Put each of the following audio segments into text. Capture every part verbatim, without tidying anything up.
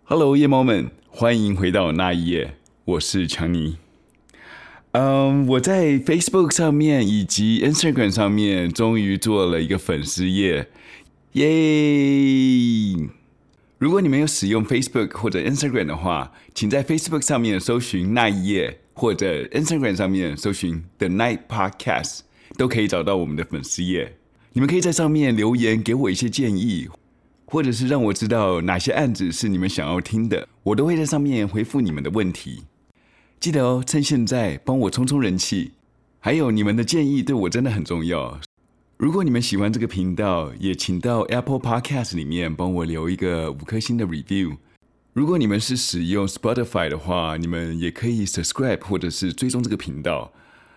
Hello， 夜猫们，欢迎回到那一夜，我是强尼。嗯，我在 Facebook 上面以及 Instagram 上面终于做了一个粉丝页，耶！如果你们有使用 Facebook 或者 Instagram 的话，请在 Facebook 上面搜寻那一夜，或者 Instagram 上面搜寻 The Night Podcast， 都可以找到我们的粉丝页。你们可以在上面留言给我一些建议，或者是让我知道哪些案子是你们想要听的，我都会在上面回复你们的问题。记得哦，趁现在帮我冲冲人气，还有你们的建议对我真的很重要。如果你们喜欢这个频道，也请到 Apple Podcast 里面帮我留一个五颗星的 review。如果你们是使用 Spotify 的话，你们也可以 subscribe 或者是追踪这个频道。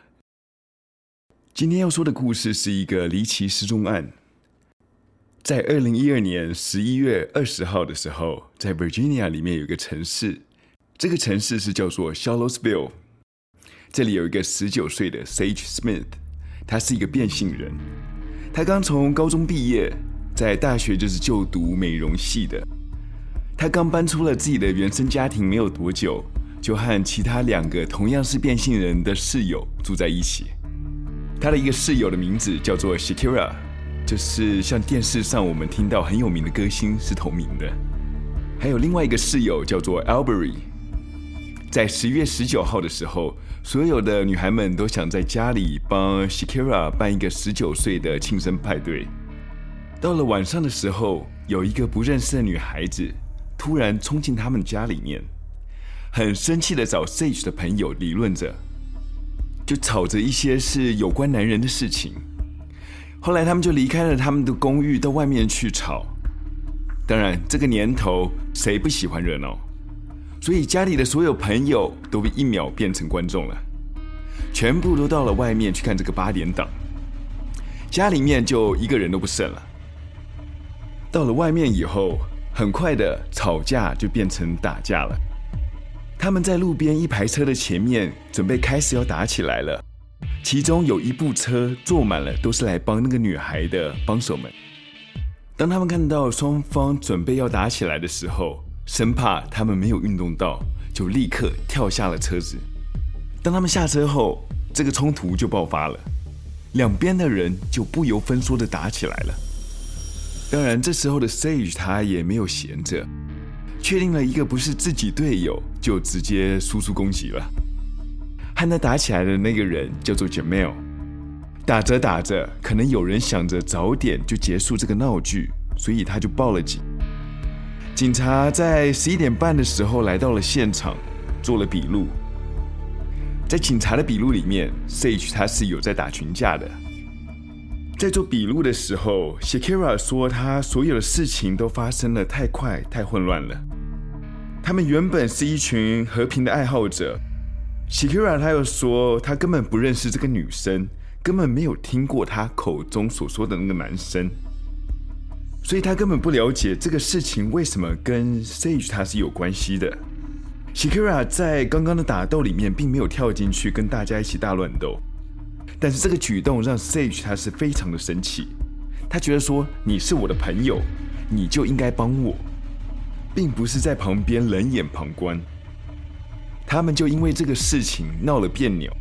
今天要说的故事是一个离奇失踪案。在二零一二年十一月二十号的时候，在 Virginia 里面有一个城市，这个城市是叫做 Charlottesville。这里有一个十九岁的 Sage Smith， 他是一个变性人。他刚从高中毕业，在大学就是就读美容系的。他刚搬出了自己的原生家庭没有多久，就和其他两个同样是变性人的室友住在一起。他的一个室友的名字叫做 Shakira，就是像电视上我们听到很有名的歌星是同名的。还有另外一个室友叫做 Albury。 在十月十九号的时候，所有的女孩们都想在家里帮 Shakira 办一个十九岁的庆生派对。到了晚上的时候，有一个不认识的女孩子突然冲进他们家里面，很生气的找 Sage 的朋友理论着，就吵着一些是有关男人的事情。后来他们就离开了他们的公寓，到外面去吵。当然这个年头谁不喜欢热闹，所以家里的所有朋友都一秒变成观众了，全部都到了外面去看这个八点档。家里面就一个人都不剩了。到了外面以后，很快的吵架就变成打架了。他们在路边一排车的前面准备开始要打起来了，其中有一部车坐满了都是来帮那个女孩的帮手们。当他们看到双方准备要打起来的时候，生怕他们没有运动到，就立刻跳下了车子。当他们下车后，这个冲突就爆发了，两边的人就不由分说的打起来了。当然这时候的 Sage 他也没有闲着，确定了一个不是自己队友，就直接输出攻击了。和他打起来的那个人叫做 Jamel。 打着打着，可能有人想着早点就结束这个闹剧，所以他就报了警。警察在十一点半的时候来到了现场，做了笔录。在警察的笔录里面， Sage 他是有在打群架的。在做笔录的时候， Shakira 说他所有的事情都发生得太快太混乱了。他们原本是一群和平的爱好者， Shakira 他又说他根本不认识这个女生，根本没有听过他口中所说的那个男生，所以他根本不了解这个事情为什么跟 Sage 他是有关系的。 Shakira 在刚刚的打斗里面并没有跳进去跟大家一起大乱斗，但是这个举动让 Sage 他是非常的生气。他觉得说，你是我的朋友，你就应该帮我，并不是在旁边冷眼旁观。他们就因为这个事情闹了别扭。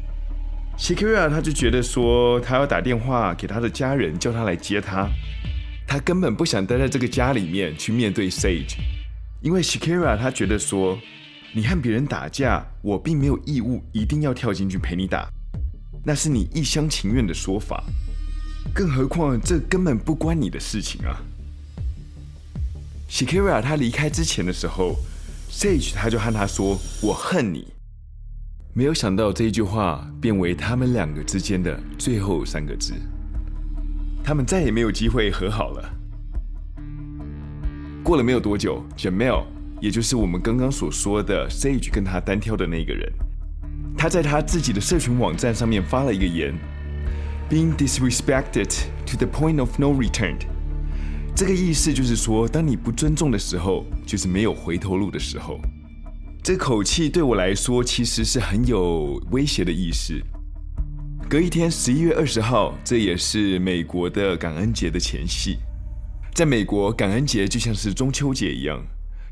Shakira 他就觉得说，他要打电话给他的家人，叫他来接他。他根本不想待在这个家里面去面对 Sage， 因为 Shakira 他觉得说，你和别人打架，我并没有义务一定要跳进去陪你打，那是你一厢情愿的说法，更何况这根本不关你的事情啊。 Shakira 他离开之前的时候， Sage 他就和他说，我恨你。没有想到这一句话变为他们两个之间的最后三个字，他们再也没有机会和好了。过了没有多久， Jamel 也就是我们刚刚所说的 Sage 跟他单挑的那个人，他在他自己的社群网站上面发了一个言， Being disrespected to the point of no return。 这个意思就是说，当你不尊重的时候，就是没有回头路的时候。这口气对我来说其实是很有威胁的意思。隔一天十一月二十号，这也是美国的感恩节的前夕。在美国，感恩节就像是中秋节一样，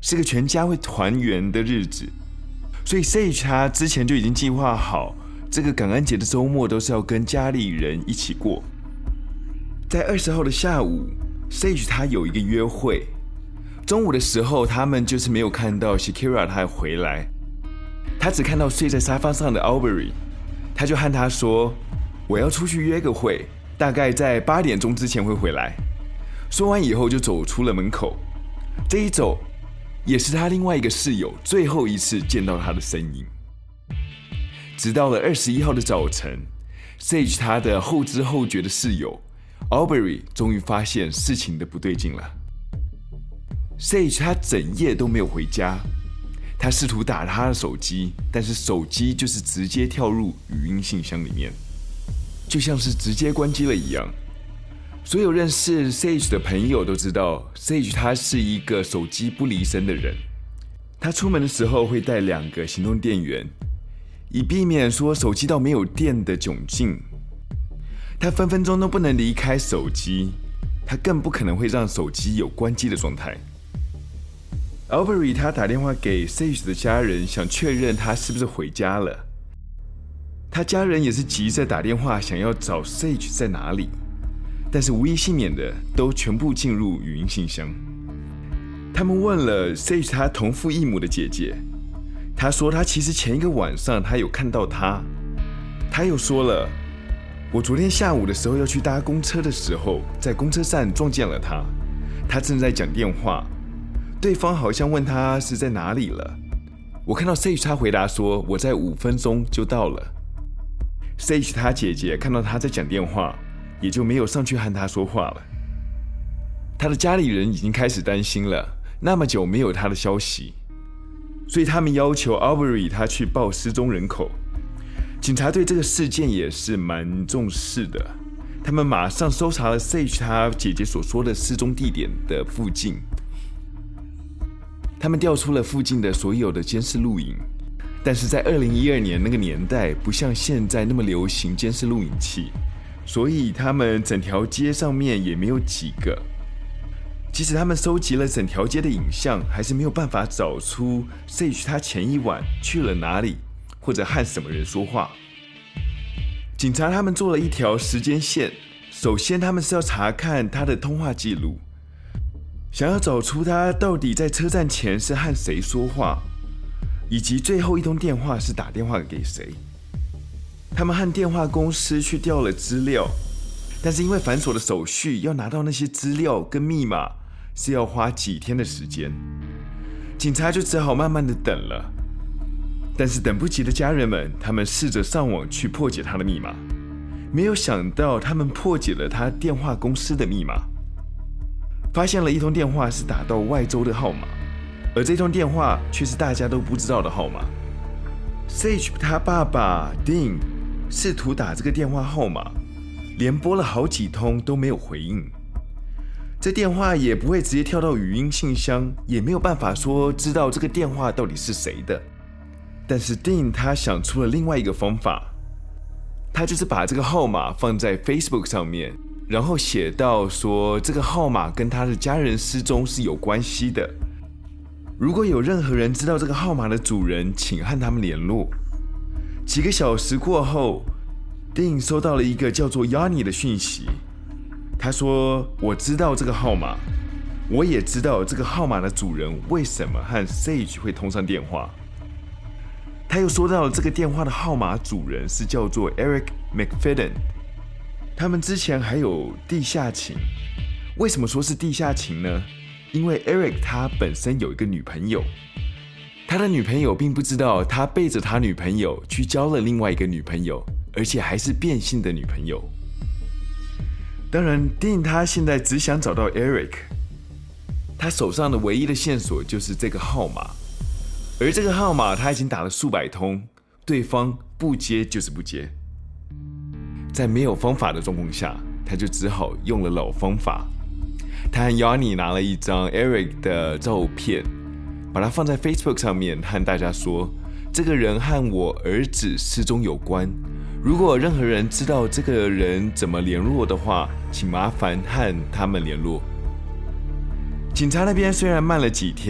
是个全家会团圆的日子，所以 Sage 他之前就已经计划好，这个感恩节的周末都是要跟家里人一起过。在二十号的下午 ，Sage 他有一个约会，中午的时候他们就是没有看到 Shakira 他回来，他只看到睡在沙发上的 Aubrey， 他就和他说：“我要出去约个会，大概在八点钟之前会回来。”说完以后就走出了门口。这一走，也是他另外一个室友最后一次见到他的身影。直到了二十一号的早晨 ，Sage 他的后知后觉的室友 Aubrey 终于发现事情的不对劲了。Sage 他整夜都没有回家，他试图打他的手机，但是手机就是直接跳入语音信箱里面，就像是直接关机了一样。所有认识 Sage 的朋友都知道 Sage 他是一个手机不离身的人，他出门的时候会带两个行动电源，以避免说手机到没有电的窘境。他分分钟都不能离开手机，他更不可能会让手机有关机的状态。Aubrey 他打电话给 Sage 的家人，想确认他是不是回家了。他家人也是急着打电话想要找 Sage 在哪里，但是无一幸免的都全部进入语音信箱。他们问了 Sage 他同父异母的姐姐，她说她其实前一个晚上她有看到他，她又说了，我昨天下午的时候要去搭公车的时候，在公车站撞见了他，他正在讲电话，对方好像问他是在哪里了，我看到 Sage 他回答说我在五分钟就到了。 Sage 他姐姐看到他在讲电话，也就没有上去和他说话了。他的家里人已经开始担心了，那么久没有他的消息，所以他们要求 Aubrey 他去报失踪人口。警察对这个事件也是蛮重视的，他们马上搜查了 Sage 他姐姐所说的失踪地点的附近，他们调出了附近的所有的监视录影，但是在二零一二年那个年代，不像现在那么流行监视录影器，所以他们整条街上面也没有几个。即使他们收集了整条街的影像，还是没有办法找出 Sage 他前一晚去了哪里，或者和什么人说话。警察他们做了一条时间线，首先他们是要查看他的通话记录，想要找出他到底在车站前是和谁说话，以及最后一通电话是打电话给谁。他们和电话公司去调了资料，但是因为繁琐的手续，要拿到那些资料跟密码是要花几天的时间，警察就只好慢慢的等了。但是等不及的家人们，他们试着上网去破解他的密码，没有想到他们破解了他电话公司的密码，发现了一通电话是打到外州的号码，而这通电话却是大家都不知道的号码。Sage 他爸爸 Dean 试图打这个电话号码，连拨了好几通都没有回应，这电话也不会直接跳到语音信箱，也没有办法说知道这个电话到底是谁的。但是 Dean 他想出了另外一个方法，他就是把这个号码放在 Facebook 上面，然后写到说这个号码跟他的家人失踪是有关系的，如果有任何人知道这个号码的主人，请和他们联络。几个小时过后， Dean 收到了一个叫做 Yanni 的讯息，他说我知道这个号码，我也知道这个号码的主人为什么和 Sage 会通上电话。他又说到了这个电话的号码主人是叫做 Eric McFadden， 他们之前还有地下情。为什么说是地下情呢？因为 Eric 他本身有一个女朋友，他的女朋友并不知道他背着他女朋友去交了另外一个女朋友，而且还是变性的女朋友。当然 Dean 他现在只想找到 Eric， 他手上的唯一的线索就是这个号码，而这个号码他已经打了数百通，对方不接就是不接。在没有方法的状况下，他就只好用了老方法。他和 Yanni 拿了一张 Eric 的照片，把它放在 Facebook 上面，和大家说这个人和我儿子失踪有关，如果任何人知道这个人怎么联络的话，请麻烦和他们联络。警察那边虽然慢了几天，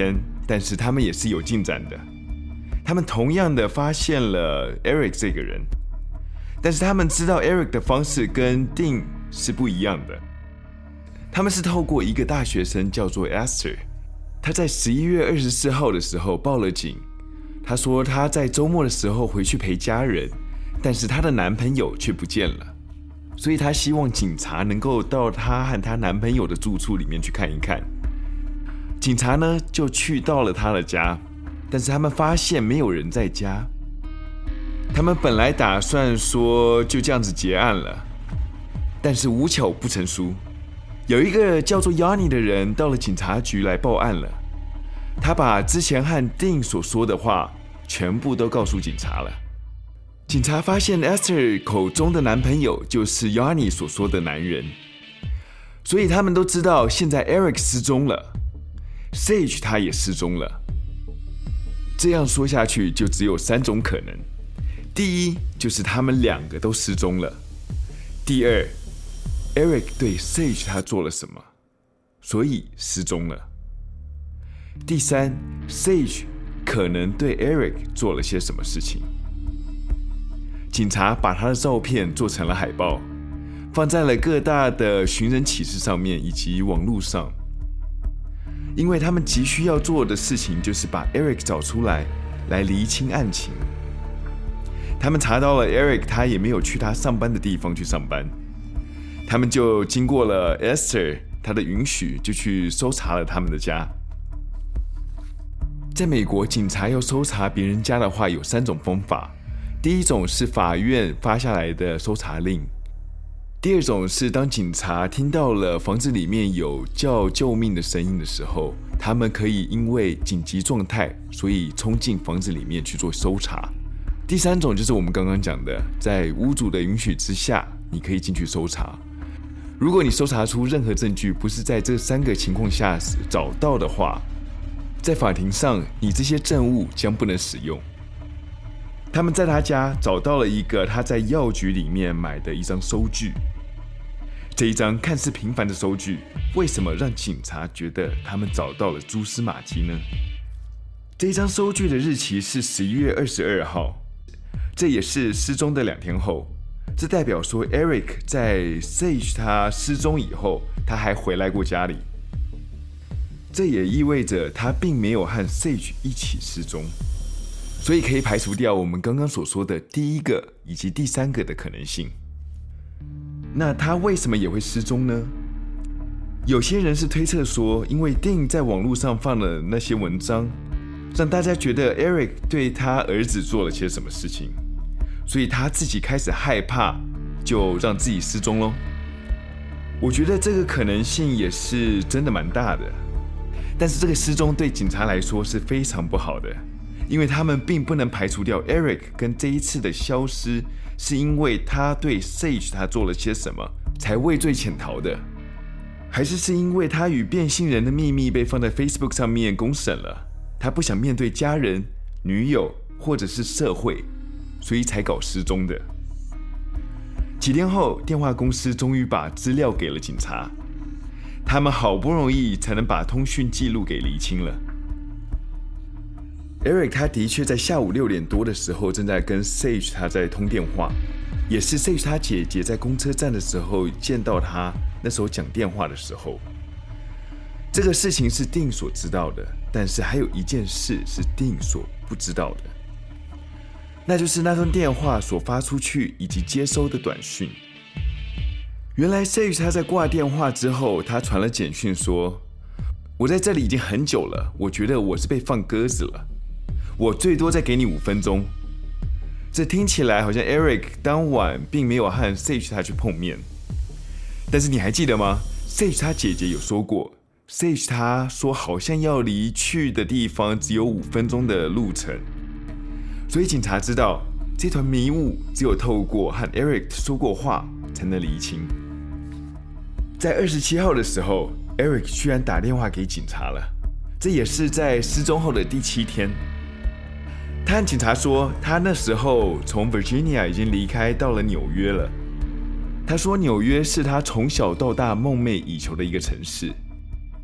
但是他们也是有进展的。他们同样的发现了 Eric 这个人，但是他们知道 Eric 的方式跟 Dean 是不一样的。他们是透过一个大学生叫做 Esther， 他在十一月二十四号的时候报了警。他说他在周末的时候回去陪家人，但是她的男朋友却不见了，所以她希望警察能够到她和她男朋友的住处里面去看一看。警察呢就去到了她的家，但是他们发现没有人在家。他们本来打算说就这样子结案了，但是无巧不成书，有一个叫做 Yanni 的人到了警察局来报案了。他把之前和 Dean 所说的话全部都告诉警察了。警察发现 Esther 口中的男朋友就是 Yanni 所说的男人，所以他们都知道现在 Eric 失踪了， Sage 他也失踪了。这样说下去就只有三种可能：第一，就是他们两个都失踪了；第二， Eric 对 Sage 他做了什么，所以失踪了；第三， Sage 可能对 Eric 做了些什么事情。警察把他的照片做成了海报，放在了各大的寻人启事上面以及网络上，因为他们急需要做的事情就是把 Eric 找出来，来厘清案情。他们查到了 Eric 他也没有去他上班的地方去上班，他们就经过了 Esther 他的允许，就去搜查了他们的家。在美国，警察要搜查别人家的话有三种方法。第一种是法院发下来的搜查令，第二种是当警察听到了房子里面有叫救命的声音的时候，他们可以因为紧急状态，所以冲进房子里面去做搜查。第三种就是我们刚刚讲的，在屋主的允许之下，你可以进去搜查。如果你搜查出任何证据不是在这三个情况下找到的话，在法庭上你这些证物将不能使用。他们在他家找到了一个他在药局里面买的一张收据。这一张看似平凡的收据，为什么让警察觉得他们找到了蛛丝马迹呢？这一张收据的日期是十一月二十二号，这也是失踪的两天后。这代表说 Eric 在 Sage 他失踪以后，他还回来过家里。这也意味着他并没有和 Sage 一起失踪。所以可以排除掉我们刚刚所说的第一个以及第三个的可能性。那他为什么也会失踪呢？有些人是推测说，因为 Dean 在网络上放了那些文章，让大家觉得 Eric 对他儿子做了些什么事情，所以他自己开始害怕，就让自己失踪咯。我觉得这个可能性也是真的蛮大的，但是这个失踪对警察来说是非常不好的。因为他们并不能排除掉 Eric 跟这一次的消失是因为他对 Sage 他做了些什么才畏罪潜逃的，还是是因为他与变性人的秘密被放在 Facebook 上面公审了，他不想面对家人、女友或者是社会，所以才搞失踪的。几天后，电话公司终于把资料给了警察，他们好不容易才能把通讯记录给厘清了。Eric 他的确在下午六点多的时候正在跟 Sage 他在通电话，也是 Sage 他姐姐在公车站的时候见到他，那时候讲电话的时候。这个事情是 Dean 所知道的，但是还有一件事是 Dean 所不知道的，那就是那通电话所发出去以及接收的短讯。原来 Sage 他在挂电话之后，他传了简讯说，我在这里已经很久了，我觉得我是被放鸽子了，我最多再给你五分钟。这听起来好像 Eric 当晚并没有和 Sage 他去碰面，但是你还记得吗？ Sage 他姐姐有说过， Sage 他说好像要离去的地方只有五分钟的路程，所以警察知道这团迷雾只有透过和 Eric 说过话才能厘清。在二十七号的时候， Eric 居然打电话给警察了，这也是在失踪后的第七天。他和警察说，他那时候从 Virginia 已经离开到了纽约了。他说纽约是他从小到大梦寐以求的一个城市。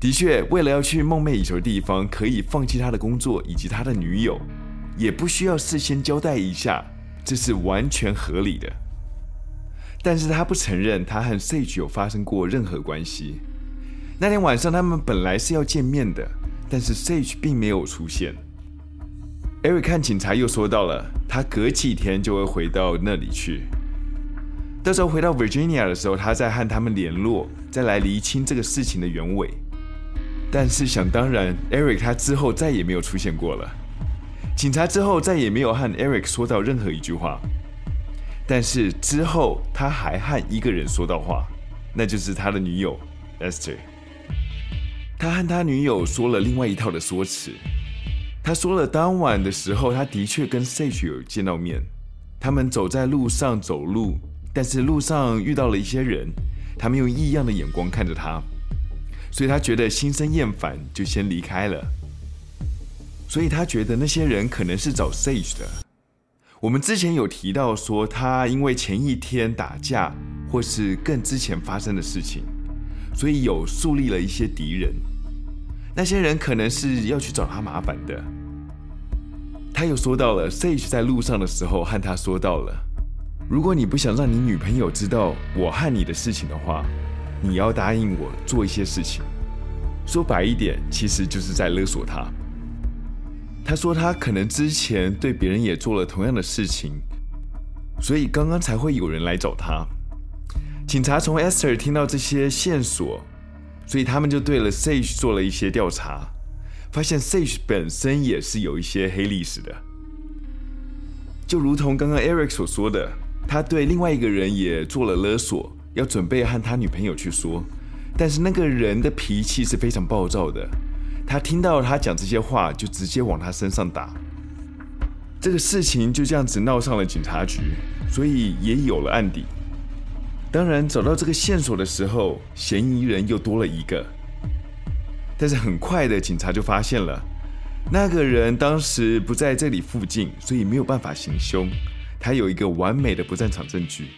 的确，为了要去梦寐以求的地方，可以放弃他的工作以及他的女友，也不需要事先交代一下，这是完全合理的。但是他不承认他和 Sage 有发生过任何关系。那天晚上他们本来是要见面的，但是 Sage 并没有出现。Eric 看警察又说到了，他隔几天就会回到那里去。到时候回到 Virginia 的时候，他再和他们联络，再来厘清这个事情的原委。但是想当然 ，Eric 他之后再也没有出现过了。警察之后再也没有和 Eric 说到任何一句话。但是之后他还和一个人说到话，那就是他的女友 Esther。他和他女友说了另外一套的说辞。他说了当晚的时候，他的确跟 Sage 有见到面。他们走在路上走路，但是路上遇到了一些人，他们用异样的眼光看着他，所以他觉得心生厌烦，就先离开了。所以他觉得那些人可能是找 Sage 的。我们之前有提到说，他因为前一天打架，或是更之前发生的事情，所以有树立了一些敌人。那些人可能是要去找他麻烦的。他又说到了 Sage 在路上的时候和他说到了，如果你不想让你女朋友知道我和你的事情的话，你要答应我做一些事情。说白一点，其实就是在勒索他。他说他可能之前对别人也做了同样的事情，所以刚刚才会有人来找他。警察从 Esther 听到这些线索，所以他们就对了 Sage 做了一些调查，发现 Sage 本身也是有一些黑历史的。就如同刚刚 Eric 所说的，他对另外一个人也做了勒索，要准备和他女朋友去说，但是那个人的脾气是非常暴躁的。他听到他讲这些话，就直接往他身上打。这个事情就这样子闹上了警察局，所以也有了案底。当然，找到这个线索的时候，嫌疑人又多了一个。但是很快的，警察就发现了，那个人当时不在这里附近，所以没有办法行凶。他有一个完美的不在场证据。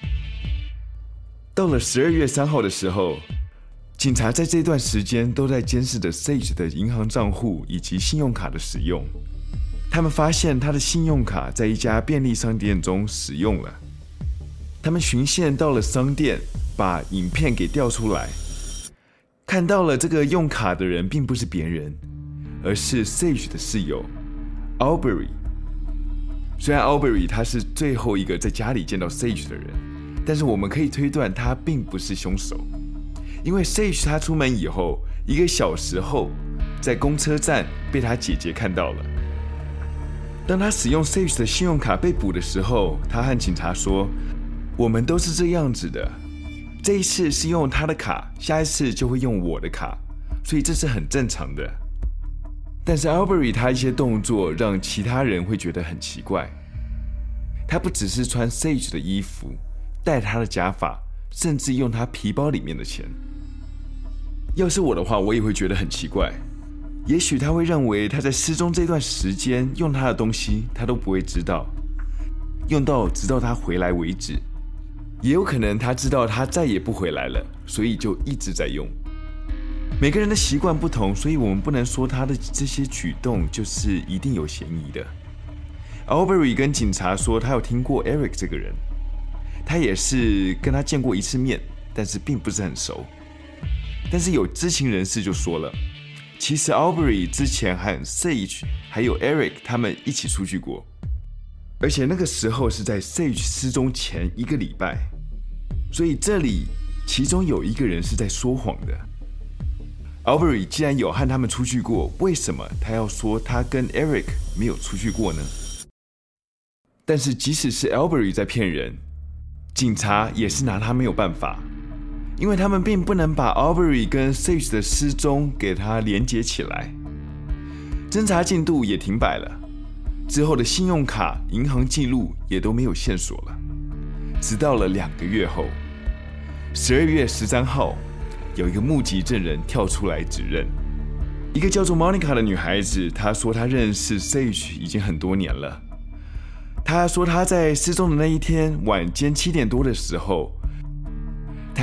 到了十二月三号的时候，警察在这段时间都在监视着 Sage 的银行账户以及信用卡的使用。他们发现他的信用卡在一家便利商店中使用了。他们循线到了商店，把影片给调出来，看到了这个用卡的人并不是别人，而是 Sage 的室友 Aubrey。虽然 Aubrey 他是最后一个在家里见到 Sage 的人，但是我们可以推断他并不是凶手。因为 Sage 他出门以后一个小时后，在公车站被他姐姐看到了。当他使用 Sage 的信用卡被捕的时候，他和警察说，我们都是这样子的，这一次是用他的卡，下一次就会用我的卡，所以这是很正常的。但是 Aubrey 他一些动作让其他人会觉得很奇怪。他不只是穿 Sage 的衣服，戴他的假发，甚至用他皮包里面的钱。要是我的话，我也会觉得很奇怪。也许他会认为他在失踪这段时间用他的东西，他都不会知道，用到直到他回来为止。也有可能他知道他再也不回来了，所以就一直在用。每个人的习惯不同，所以我们不能说他的这些举动就是一定有嫌疑的。Aubrey 跟警察说他有听过 Eric 这个人，他也是跟他见过一次面，但是并不是很熟。但是有知情人士就说了，其实 Aubrey 之前和 Sage 还有 Eric 他们一起出去过，而且那个时候是在 Sage 失踪前一个礼拜，所以这里其中有一个人是在说谎的。Aubrey 既然有和他们出去过，为什么他要说他跟 Eric 没有出去过呢？但是即使是 Aubrey 在骗人，警察也是拿他没有办法，因为他们并不能把 Aubrey 跟 Sage 的失踪给他连接起来。侦查进度也停摆了，之后的信用卡、银行记录也都没有线索了。直到了两个月后，十二月十三号，有一个目击证人跳出来指认，一个叫做 Monica 的女孩子，她说她认识 Sage 已经很多年了。她说她在失踪的那一天晚间七点多的时候，她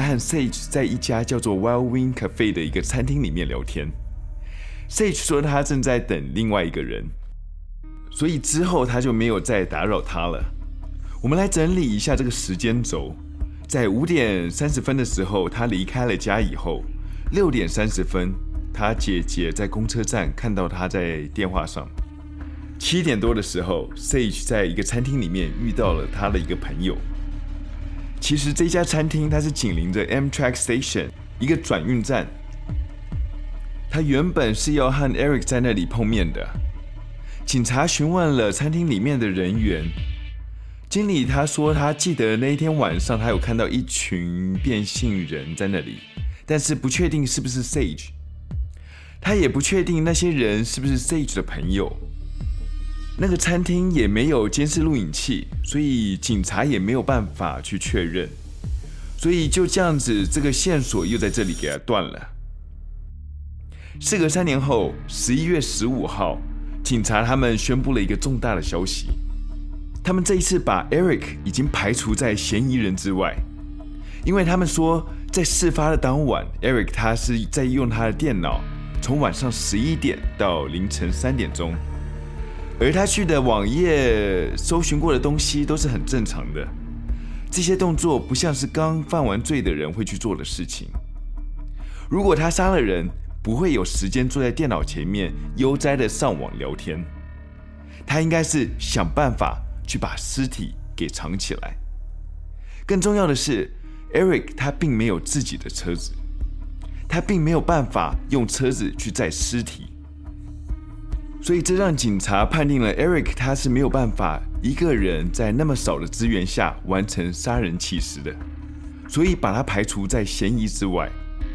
和 Sage 在一家叫做 Wild Wing Cafe 的一个餐厅里面聊天。Sage 说他正在等另外一个人，所以之后他就没有再打扰他了。我们来整理一下这个时间轴。在五点三十分的时候，他离开了家以后，六点三十分，他姐姐在公车站看到他在电话上。七点多的时候 ，Sage 在一个餐厅里面遇到了他的一个朋友。其实这家餐厅它是紧邻着 Amtrak Station 一个转运站，他原本是要和 Eric 在那里碰面的。警察询问了餐厅里面的人员。经理他说他记得那一天晚上他有看到一群变性人在那里，但是不确定是不是 Sage， 他也不确定那些人是不是 Sage 的朋友。那个餐厅也没有监视录影器，所以警察也没有办法去确认，所以就这样子，这个线索又在这里给他断了。事隔三年后，十一月十五号，警察他们宣布了一个重大的消息。他们这一次把 Eric 已经排除在嫌疑人之外，因为他们说在事发的当晚 ，Eric 他是在用他的电脑，从晚上十一点到凌晨三点钟，而他去的网页搜寻过的东西都是很正常的，这些动作不像是刚犯完罪的人会去做的事情。如果他杀了人，不会有时间坐在电脑前面悠哉的上网聊天，他应该是想办法去把尸体给藏起来。更重要的是 Eric 他并没有自己的车子，他并没有办法用车子去载尸体，所以这让警察判定了 Eric 他是没有办法一个人在那么少的资源下完成杀人弃尸的，所以把他排除在嫌疑之外。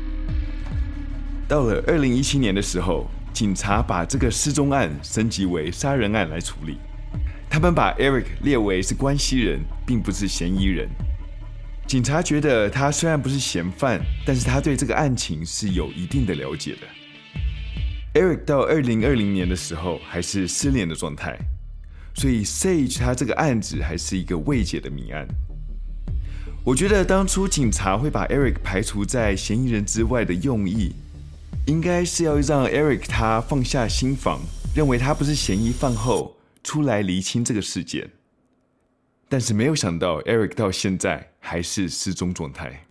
到了二零一七年的时候，警察把这个失踪案升级为杀人案来处理。他们把 Eric 列为是关系人，并不是嫌疑人。警察觉得他虽然不是嫌犯，但是他对这个案情是有一定的了解的。Eric 到二零二零年的时候还是失联的状态，所以 Sage 他这个案子还是一个未解的谜案。我觉得当初警察会把 Eric 排除在嫌疑人之外的用意，应该是要让 Eric 他放下心防，认为他不是嫌疑犯后出来厘清这个事件。但是没有想到 Eric 到现在还是失踪状态。